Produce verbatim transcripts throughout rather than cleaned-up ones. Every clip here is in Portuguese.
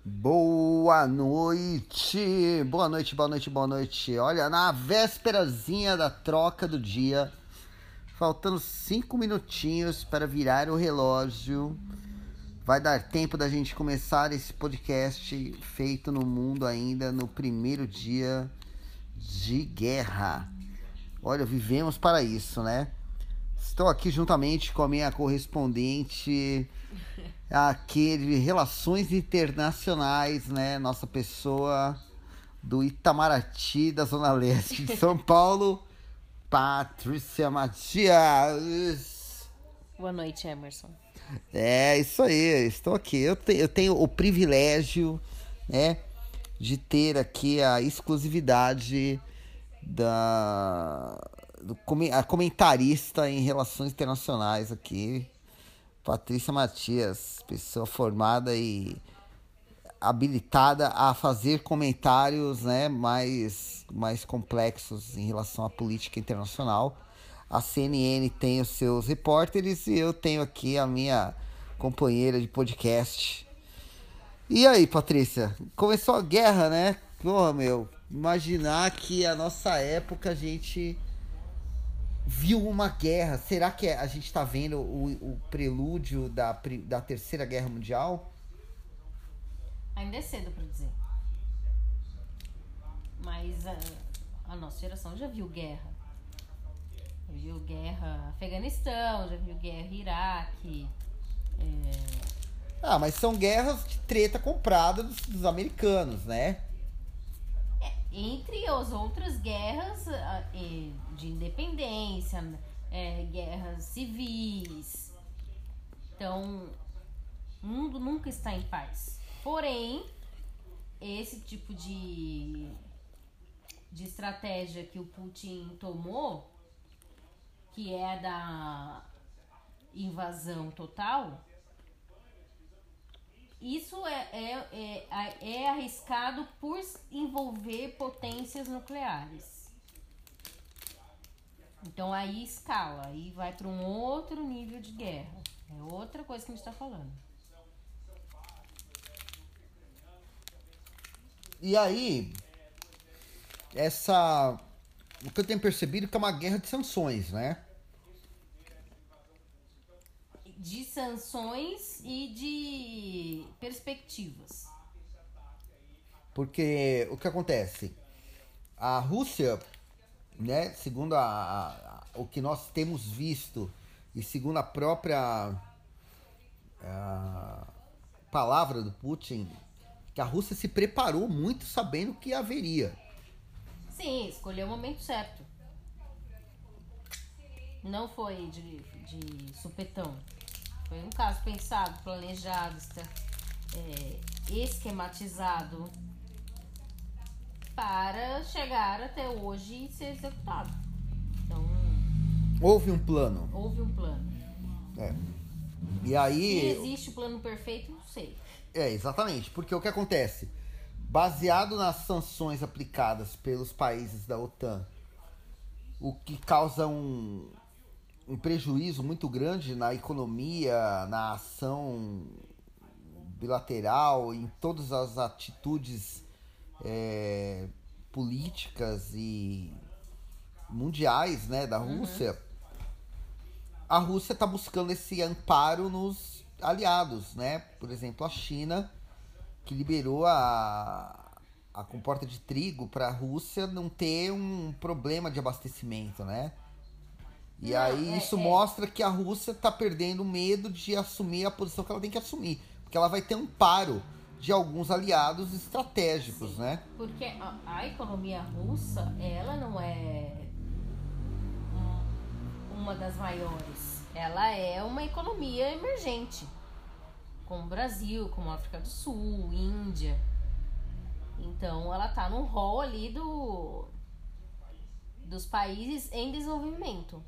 Boa noite, boa noite, boa noite, boa noite. Olha, na vésperazinha da troca do dia, faltando cinco minutinhos para virar o relógio, vai dar tempo da gente começar esse podcast feito no mundo ainda no primeiro dia de guerra. Olha, vivemos para isso, né? Estou aqui juntamente com a minha correspondente aqui de Relações Internacionais, né? Nossa pessoa do Itamaraty, da Zona Leste de São Paulo, Patrícia Matias. Boa noite, Emerson. É, isso aí, estou aqui. Eu, te, eu tenho o privilégio, né, de ter aqui a exclusividade da do, a comentarista em Relações Internacionais aqui, Patrícia Matias, pessoa formada e habilitada a fazer comentários, né, mais, mais complexos em relação à política internacional. A C N N tem os seus repórteres e eu tenho aqui a minha companheira de podcast. E aí, Patrícia? Começou a guerra, né? Porra, meu, imaginar que a nossa época a gente viu uma guerra. Será que a gente está vendo o, o prelúdio da, da Terceira Guerra Mundial? Ainda é cedo para dizer. Mas a, a nossa geração já viu guerra. Já viu guerra Afeganistão, já viu guerra Iraque. É... Ah, mas são guerras de treta comprada dos, dos americanos, né? É, entre as outras guerras de independência, é, guerras civis. Então, o mundo nunca está em paz. Porém, esse tipo de, de estratégia que o Putin tomou, que é da invasão total, isso é, é, é, é arriscado por envolver potências nucleares. Então aí escala, aí vai para um outro nível de guerra. É outra coisa que a gente está falando. E aí, essa... o que eu tenho percebido é que é uma guerra de sanções, né? De sanções e de perspectivas. Porque o que acontece? A Rússia, né, segundo a, a, o que nós temos visto e segundo a própria a palavra do Putin, que a Rússia se preparou muito sabendo que haveria. Sim, escolheu o momento certo. Não foi de, de supetão. Foi um caso pensado, planejado, é, esquematizado para chegar até hoje e ser executado. Então, houve um plano. Houve um plano. É. E aí... Se existe o plano perfeito, não sei. É, exatamente. Porque o que acontece? Baseado nas sanções aplicadas pelos países da OTAN, o que causa um... um prejuízo muito grande na economia, na ação bilateral, em todas as atitudes é, políticas e mundiais, né, da Rússia. Uhum. A Rússia está buscando esse amparo nos aliados, né? Por exemplo, a China, que liberou a, a comporta de trigo para a Rússia não ter um problema de abastecimento, né? E não, aí é, isso é. mostra que a Rússia está perdendo medo de assumir a posição que ela tem que assumir. Porque ela vai ter amparo de alguns aliados estratégicos, sim, né? Porque a, a economia russa, ela não é uma das maiores. Ela é uma economia emergente. Como o Brasil, como a África do Sul, Índia. Então ela tá no rol ali do, dos países em desenvolvimento.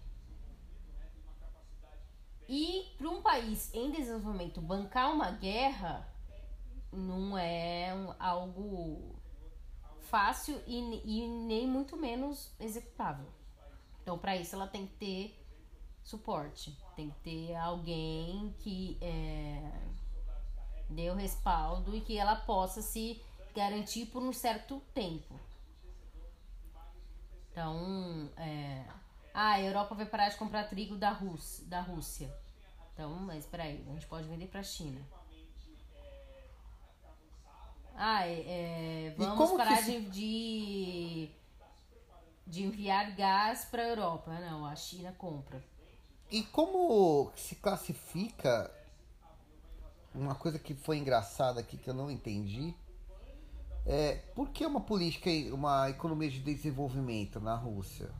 E para um país em desenvolvimento bancar uma guerra não é um, algo fácil e, e nem muito menos executável. Então, para isso, ela tem que ter suporte. Tem que ter alguém que é, deu respaldo e que ela possa se garantir por um certo tempo. Então, é... ah, a Europa vai parar de comprar trigo da, Rússia, da Rússia. Então, mas peraí, a gente pode vender para a China. Ah, é, é, vamos parar se... de, de, de enviar gás para a Europa. Não, a China compra. E como se classifica uma coisa que foi engraçada aqui que eu não entendi? É, por que uma política, uma economia de desenvolvimento na Rússia?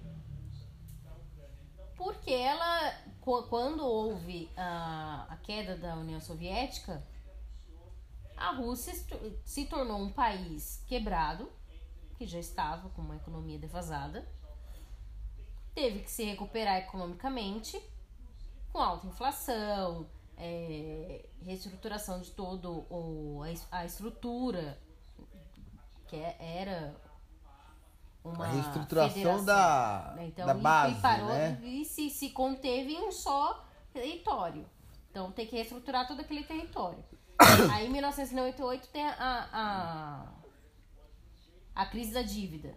Porque ela, quando houve a, a queda da União Soviética, a Rússia se tornou um país quebrado, que já estava com uma economia defasada, teve que se recuperar economicamente, com alta inflação, é, reestruturação de todo o, a, a estrutura, que era uma a reestruturação da, então, da base, e parou, né? E se, se conteve em um só território. Então tem que reestruturar todo aquele território. Aí em mil novecentos e noventa e oito tem a, a, a crise da dívida.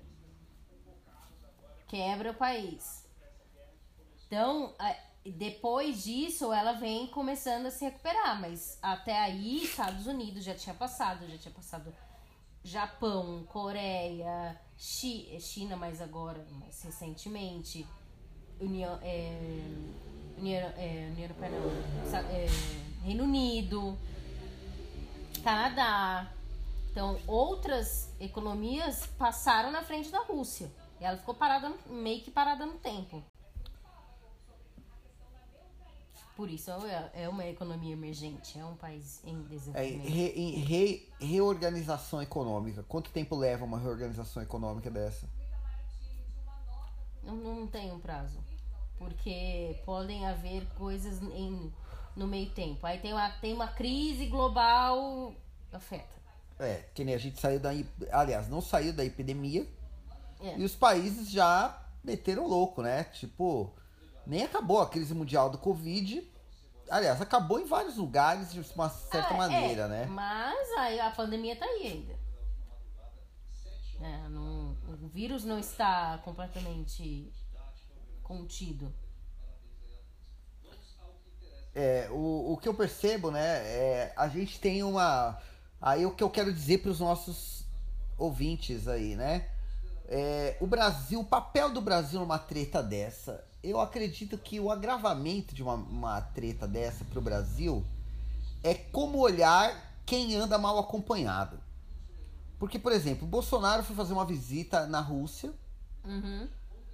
Quebra o país. Então, depois disso, ela vem começando a se recuperar. Mas até aí, Estados Unidos já tinha passado, já tinha passado Japão, Coreia, Chi, China mais agora, mais recentemente, União, é, União, é, União Europeia não, é, Reino Unido, Canadá. Então, outras economias passaram na frente da Rússia. E ela ficou parada, meio que parada no tempo. Por isso, é uma economia emergente, é um país em desenvolvimento. É, re, em re, reorganização econômica. Quanto tempo leva uma reorganização econômica dessa? Não, não tem um prazo. Porque podem haver coisas em, no meio tempo. Aí tem uma, tem uma crise global, afeta. É, que nem a gente saiu da... Aliás, não saiu da epidemia. É. E os países já meteram louco, né? Tipo... Nem acabou a crise mundial do Covid. Aliás, acabou em vários lugares de uma certa ah, maneira, é, né? Mas aí a pandemia tá aí ainda. É, não, o vírus não está completamente contido. É, o, o que eu percebo, né? É, a gente tem uma... Aí o que eu quero dizer para os nossos ouvintes aí, né? É, o Brasil, o papel do Brasil numa treta dessa... Eu acredito que o agravamento de uma, uma treta dessa pro Brasil é como olhar quem anda mal acompanhado. Porque, por exemplo, o Bolsonaro foi fazer uma visita na Rússia. Uhum.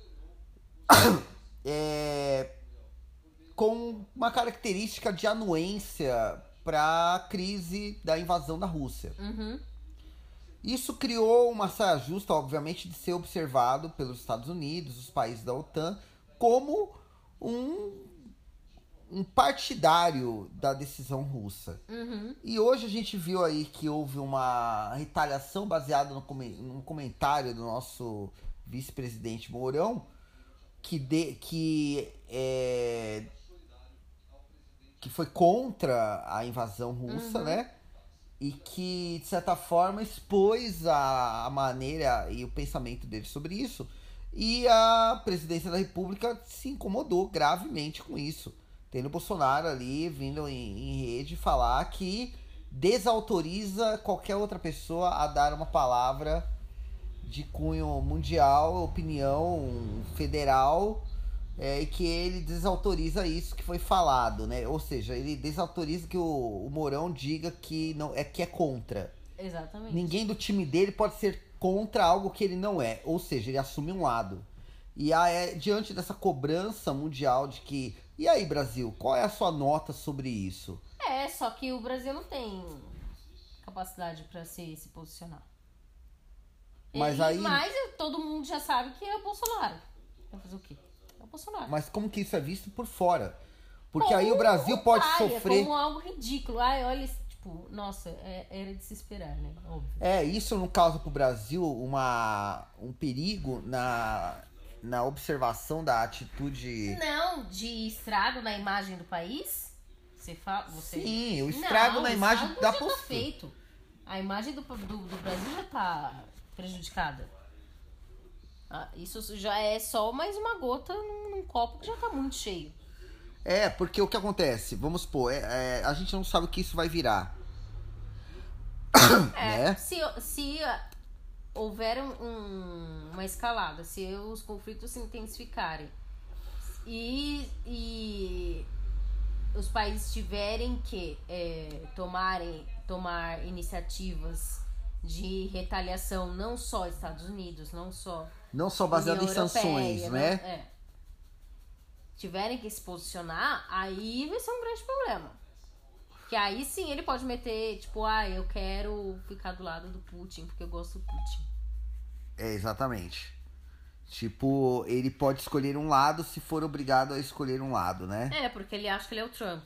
É, com uma característica de anuência para a crise da invasão da Rússia. Uhum. Isso criou uma saia justa, obviamente, de ser observado pelos Estados Unidos, os países da OTAN, como um, um partidário da decisão russa. Uhum. E hoje a gente viu aí que houve uma retaliação baseada no, num comentário do nosso vice-presidente Mourão, que, de, que, é, que foi contra a invasão russa, uhum. né? E que, de certa forma, expôs a, a maneira e o pensamento dele sobre isso. E a presidência da República se incomodou gravemente com isso. Tendo o Bolsonaro ali vindo em, em rede falar que desautoriza qualquer outra pessoa a dar uma palavra de cunho mundial, opinião federal, é, e que ele desautoriza isso que foi falado, né? Ou seja, ele desautoriza que o, o Mourão diga que, não, é, que é contra. Exatamente. Ninguém do time dele pode ser contra algo que ele não é, ou seja, ele assume um lado. E aí, diante dessa cobrança mundial de que... E aí, Brasil, qual é a sua nota sobre isso? É, só que o Brasil não tem capacidade para se, se posicionar. Mas e, aí... Mas todo mundo já sabe que é o Bolsonaro. Vai fazer o quê? É o Bolsonaro. Mas como que isso é visto por fora? Porque como aí o Brasil pode paia, sofrer... como algo ridículo. Ai, olha... Tipo, nossa, é, era de se esperar, né? Óbvio. É, isso não causa pro Brasil uma, um perigo na, na observação da atitude... Não, de estrago na imagem do país? Você fala, você... Sim, o estrago Não, na o imagem estrago da já postura. tá feito. A imagem do, do, do Brasil já tá prejudicada. Ah, isso já é só mais uma gota num, num copo que já tá muito cheio. É, porque o que acontece? Vamos supor, é, é, a gente não sabe o que isso vai virar. É, né? se, se houver um, uma escalada, se os conflitos se intensificarem e, e os países tiverem que é, tomarem, tomar iniciativas de retaliação, não só Estados Unidos, não só Não só baseado em União sanções, Europeia, né? não- é, tiverem que se posicionar, aí vai ser um grande problema. Que aí sim ele pode meter, tipo, ah, eu quero ficar do lado do Putin porque eu gosto do Putin. É, exatamente. Tipo, ele pode escolher um lado se for obrigado a escolher um lado, né? É, porque ele acha que ele é o Trump.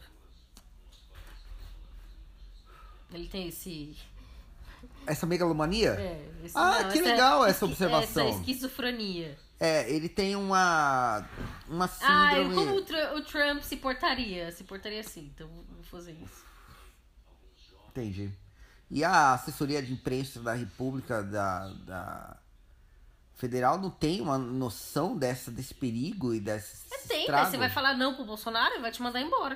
Ele tem esse... Essa megalomania? É, esse Ah, que legal essa esqui- observação. Essa esquizofrenia. É, ele tem uma. Uma Ah, e síndrome. como o, Tru- o Trump se portaria? Se portaria assim, então vou fazer isso. Entendi. E a assessoria de imprensa da República da, da Federal não tem uma noção dessa, desse perigo e desse É, tem, estrago? mas você vai falar não pro Bolsonaro, ele vai te mandar embora.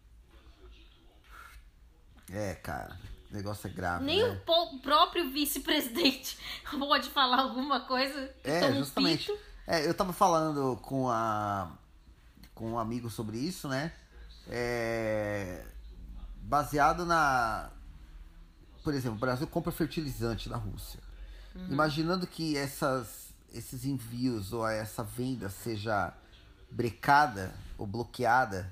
É, cara, o negócio é grave, Nem né? o po- próprio vice-presidente pode falar alguma coisa que É, toma um justamente. pito. É, eu tava falando com a com um amigo sobre isso, né? É, baseado na... Por exemplo, o Brasil compra fertilizante da Rússia. Uhum. Imaginando que essas, esses envios ou essa venda seja brecada ou bloqueada,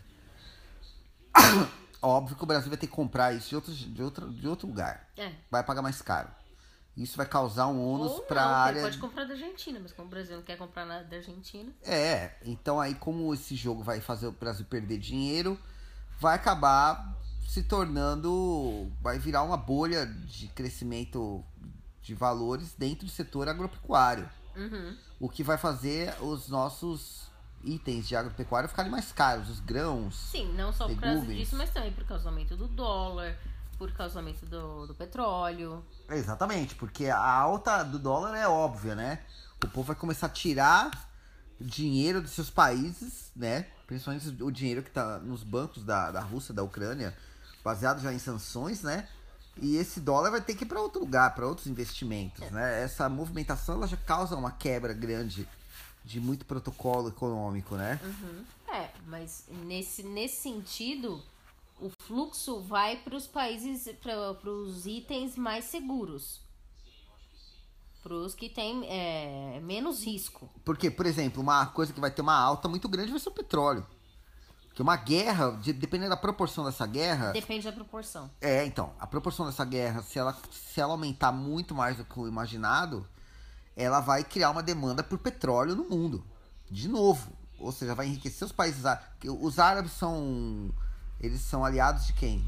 óbvio que o Brasil vai ter que comprar isso de outro, de outro, de outro lugar. É. Vai pagar mais caro. Isso vai causar um ônus Ou para não, a ele área... pode comprar da Argentina, mas como o Brasil não quer comprar nada da Argentina... É, então aí como esse jogo vai fazer o Brasil perder dinheiro, vai acabar se tornando, vai virar uma bolha de crescimento de valores dentro do setor agropecuário. Uhum. O que vai fazer os nossos itens de agropecuária ficarem mais caros, os grãos. Sim, não só por causa legumes. disso, mas também por causa do aumento do dólar, por causa do aumento do, do petróleo. Exatamente, porque a alta do dólar é óbvia, né? O povo vai começar a tirar dinheiro dos seus países, né? Principalmente o dinheiro que tá nos bancos da, da Rússia, da Ucrânia, baseado já em sanções, né? E esse dólar vai ter que ir para outro lugar, para outros investimentos, né? Essa movimentação ela já causa uma quebra grande de muito protocolo econômico, né? Uhum. É, mas nesse, nesse sentido, o fluxo vai para os países, para os itens mais seguros. Para os que têm é, menos risco. Porque, por exemplo, uma coisa que vai ter uma alta muito grande vai ser o petróleo. Porque uma guerra, de- dependendo da proporção dessa guerra... Depende da proporção. É, então, a proporção dessa guerra, se ela, se ela aumentar muito mais do que o imaginado, ela vai criar uma demanda por petróleo no mundo. De novo. Ou seja, vai enriquecer os países árabes. Os árabes são... Eles são aliados de quem?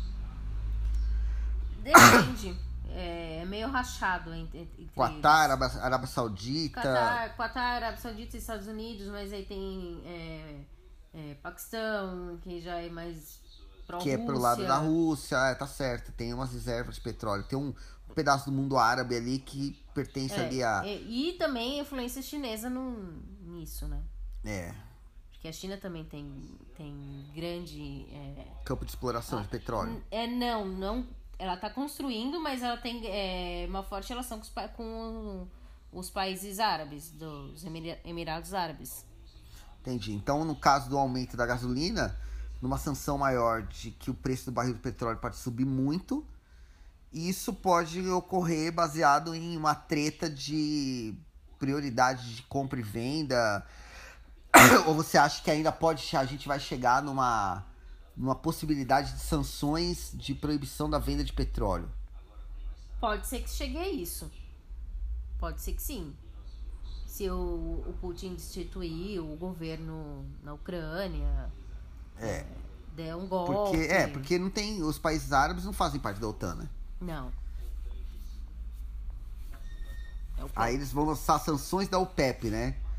Depende. É meio rachado entre, entre Qatar, eles. Arábia, Arábia Saudita... Qatar, Qatar, Arábia Saudita e Estados Unidos, mas aí tem é, é, Paquistão, que já é mais pró-Rússia. Que é pro lado da Rússia, é, tá certo. Tem umas reservas de petróleo. Tem um pedaço do mundo árabe ali que pertence É, ali a... e, e também influência chinesa no, nisso, né? É, Porque a China também tem, tem grande... É, campo de exploração de petróleo. é, não, não... Ela tá construindo, mas ela tem é, uma forte relação com os, pa- com os países árabes, dos Emira- Emirados Árabes. Entendi. Então, no caso do aumento da gasolina, numa sanção maior de que o preço do barril de petróleo pode subir muito, isso pode ocorrer baseado em uma treta de prioridade de compra e venda. Ou você acha que ainda pode, a gente vai chegar numa, numa possibilidade de sanções de proibição da venda de petróleo? Pode ser que chegue a isso. Pode ser que sim. Se o, o Putin destituir o governo na Ucrânia, É. der um golpe. Porque, é, porque não tem, os países árabes não fazem parte da OTAN, né? Não. É o Aí eles vão lançar sanções da OPEP, né?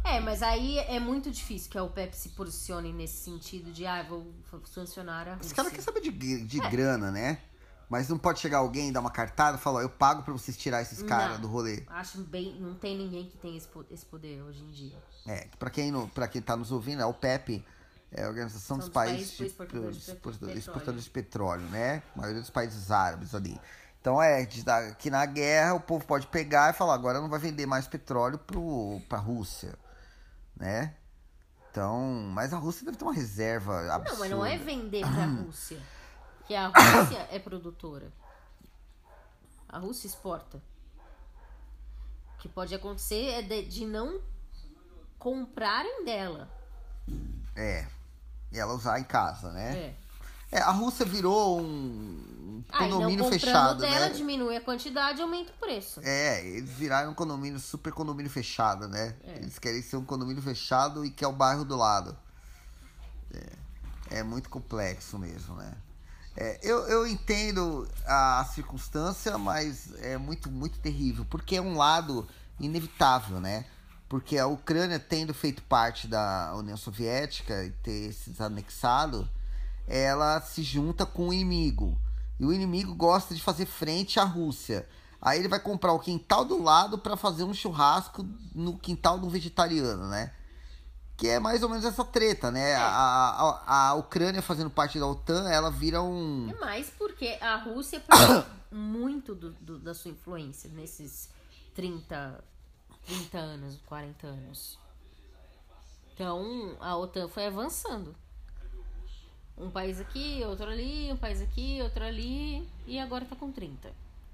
É, mas aí é muito difícil que a OPEP se posicione nesse sentido de, ah, vou sancionar a Rússia. Os caras querem saber de, de é. grana, né? Mas não pode chegar alguém, dar uma cartada e falar, eu pago pra vocês tirar esses caras do rolê. Acho bem, não tem ninguém que tenha esse poder hoje em dia. É, pra quem, não, pra quem tá nos ouvindo, a OPEP é a Organização dos, dos Países, países exportadores, de, exportadores, exportadores de petróleo, né? A maioria dos países árabes ali. Então é, que na guerra o povo pode pegar e falar, agora não vai vender mais petróleo pro, pra Rússia, né? Então, mas a Rússia deve ter uma reserva absurda. Não, mas não é vender pra Rússia. Que a Rússia é produtora. A Rússia exporta. O que pode acontecer é de, de não comprarem dela. É. E ela usar em casa, né? É. É, a Rússia virou um condomínio ah, fechado, dela, né? diminui a quantidade e aumenta o preço. É, eles viraram um condomínio, super condomínio fechado, né? É. Eles querem ser um condomínio fechado e que é o bairro do lado. É, é muito complexo mesmo, né? É, eu, eu entendo a circunstância, mas é muito, muito terrível, porque é um lado inevitável, né? Porque a Ucrânia, tendo feito parte da União Soviética e ter se desanexado, ela se junta com o inimigo. E o inimigo gosta de fazer frente à Rússia. Aí ele vai comprar o quintal do lado para fazer um churrasco no quintal do vegetariano, né? Que é mais ou menos essa treta, né? É. A, a, a Ucrânia fazendo parte da OTAN, ela vira um... É mais porque a Rússia perdeu muito do, do, da sua influência nesses trinta, trinta anos, quarenta anos. Então, a OTAN foi avançando. Um país aqui, outro ali, um país aqui, outro ali, e agora tá com trinta.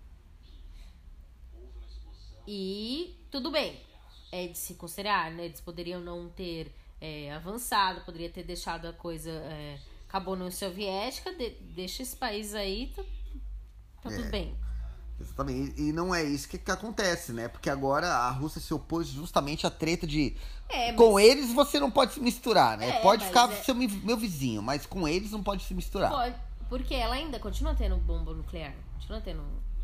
E tudo bem, é de se considerar, né? Eles poderiam não ter é, avançado, poderia ter deixado a coisa, é, acabou na União Soviética, de, deixa esse país aí, tá, tá é, tudo bem. Exatamente, e não é isso que, que acontece, né? Porque agora a Rússia se opôs justamente à treta de... É, mas... Com eles você não pode se misturar, né? É, pode ficar é... seu, meu vizinho, mas com eles não pode se misturar. Pode, porque ela ainda continua tendo bomba nuclear, continua tendo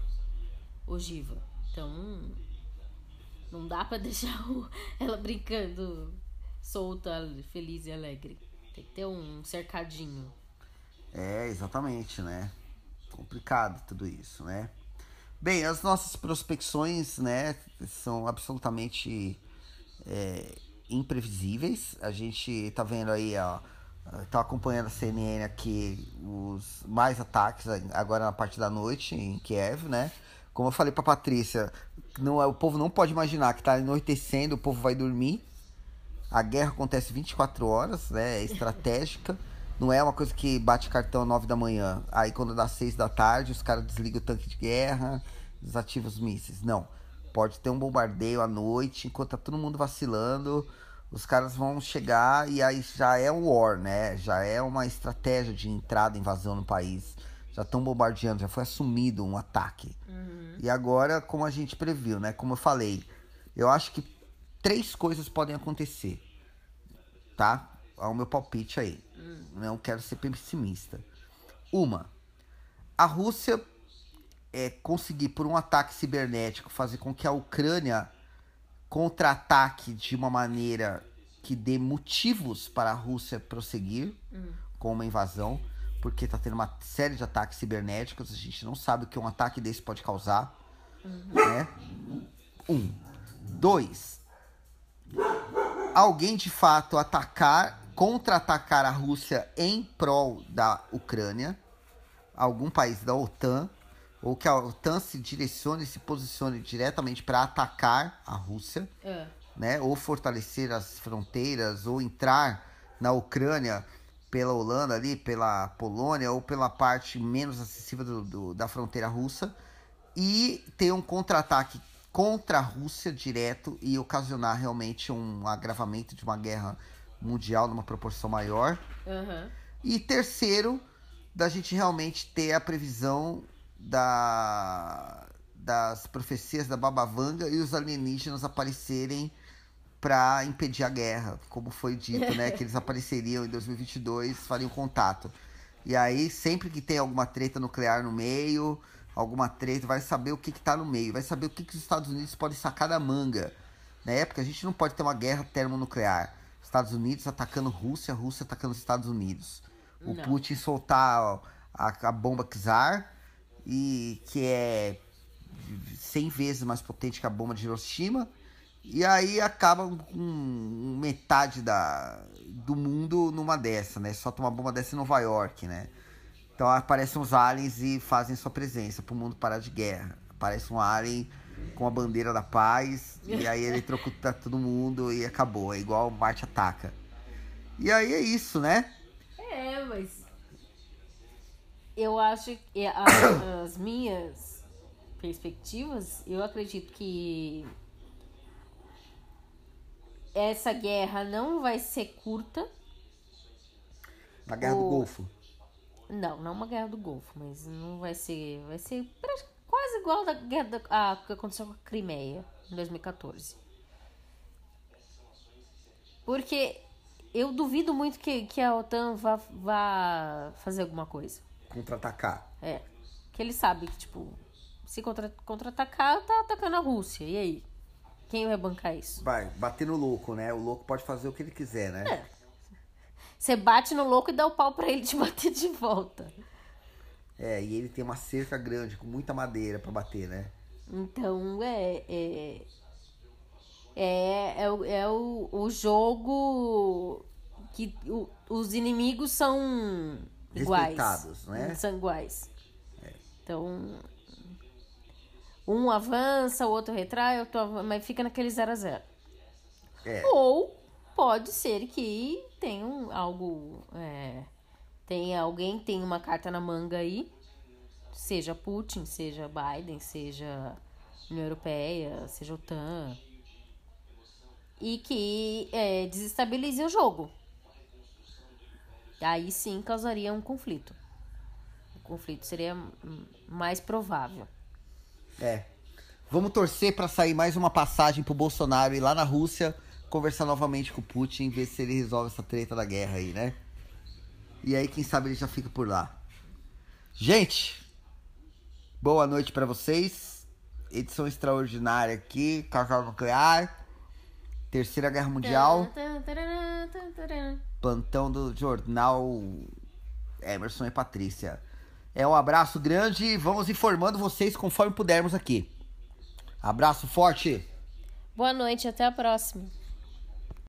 ogiva. Então, não dá pra deixar o, ela brincando solta, feliz e alegre. Tem que ter um cercadinho. É, exatamente, né? Complicado tudo isso, né? Bem, as nossas prospecções, né, são absolutamente é, imprevisíveis. A gente tá vendo aí, ó, tá acompanhando a C N N aqui, os mais ataques agora na parte da noite em Kiev, né? Como eu falei pra Patrícia, não, o povo não pode imaginar que tá anoitecendo, o povo vai dormir. A guerra acontece vinte e quatro horas, né? É estratégica. Não é uma coisa que bate cartão às nove da manhã. Aí quando dá seis da tarde, os caras desligam o tanque de guerra, desativam os mísseis. Não. Pode ter um bombardeio à noite, enquanto tá todo mundo vacilando. Os caras vão chegar e aí já é um war, né? Já é uma estratégia de entrada, invasão no país. Já estão bombardeando, já foi assumido um ataque. Uhum. E agora, como a gente previu, né? Como eu falei, eu acho que três coisas podem acontecer. Tá? É o meu palpite aí. Hum. Não quero ser pessimista. Uma, a Rússia é, conseguir, por um ataque cibernético, fazer com que a Ucrânia contra-ataque de uma maneira que dê motivos para a Rússia prosseguir hum. com uma invasão, porque tá tendo uma série de ataques cibernéticos, a gente não sabe o que um ataque desse pode causar. Uhum. Né? Um. Dois, alguém de fato atacar, contra-atacar a Rússia em prol da Ucrânia, algum país da OTAN, ou que a OTAN se direcione, se posicione diretamente para atacar a Rússia, é. né? Ou fortalecer as fronteiras, ou entrar na Ucrânia pela Holanda ali, pela Polônia, ou pela parte menos acessível do, do, da fronteira russa, e ter um contra-ataque contra a Rússia direto e ocasionar realmente um agravamento de uma guerra mundial numa proporção maior. Uhum. E terceiro, da gente realmente ter a previsão da, das profecias da Baba Vanga e os alienígenas aparecerem para impedir a guerra, como foi dito, né, que eles apareceriam em dois mil e vinte e dois, fariam contato. E aí, sempre que tem alguma treta nuclear no meio, alguma treta, vai saber o que que tá no meio, vai saber o que que os Estados Unidos podem sacar da manga, né? Porque a gente não pode ter uma guerra termonuclear. Estados Unidos atacando Rússia, Rússia atacando os Estados Unidos. O Não. Putin soltar a, a bomba Czar, e, que é cem vezes mais potente que a bomba de Hiroshima. E aí acaba com metade da, do mundo numa dessa, né? Solta uma bomba dessa em Nova York, né? Então aparecem os aliens e fazem sua presença pro mundo parar de guerra. Aparece um alien com a bandeira da paz, e aí ele trocuta todo mundo e acabou. É igual Marte Ataca. E aí é isso, né? É, mas eu acho que a- as minhas perspectivas, eu acredito que essa guerra não vai ser curta. Na Guerra do O- Golfo. Não, não uma guerra do Golfo, mas não vai ser. Vai ser pra- quase igual da guerra da, a, que aconteceu com a Crimeia em dois mil e quatorze. Porque eu duvido muito que, que a OTAN vá, vá fazer alguma coisa. Contra-atacar. É. Que ele sabe que, tipo, se contra, contra-atacar, tá atacando a Rússia. E aí? Quem vai bancar isso? Vai, bater no louco, né? O louco pode fazer o que ele quiser, né? É. Você bate no louco e dá o pau pra ele te bater de volta. É, e ele tem uma cerca grande, com muita madeira pra bater, né? Então, é... É, é, é, o, é o, o jogo que o- os inimigos são iguais. Respeitados, né? São iguais. Então, um avança, o outro retrai, o outro avança, mas fica naquele zero a zero. É. Ou pode ser que tenha um, algo. É, tenha alguém tem uma carta na manga aí, seja Putin, seja Biden, seja União Europeia, seja OTAN, e que é, desestabilize o jogo. Aí sim causaria um conflito. O conflito seria hum, mais provável. É. Vamos torcer pra sair mais uma passagem pro Bolsonaro ir lá na Rússia conversar novamente com o Putin, ver se ele resolve essa treta da guerra aí, né? E aí, quem sabe ele já fica por lá. Gente, boa noite pra vocês. Edição extraordinária aqui, Casal Nuclear, Terceira Guerra Mundial, plantão do jornal Emerson e Patrícia. É um abraço grande e vamos informando vocês conforme pudermos aqui. Abraço forte! Boa noite, até a próxima.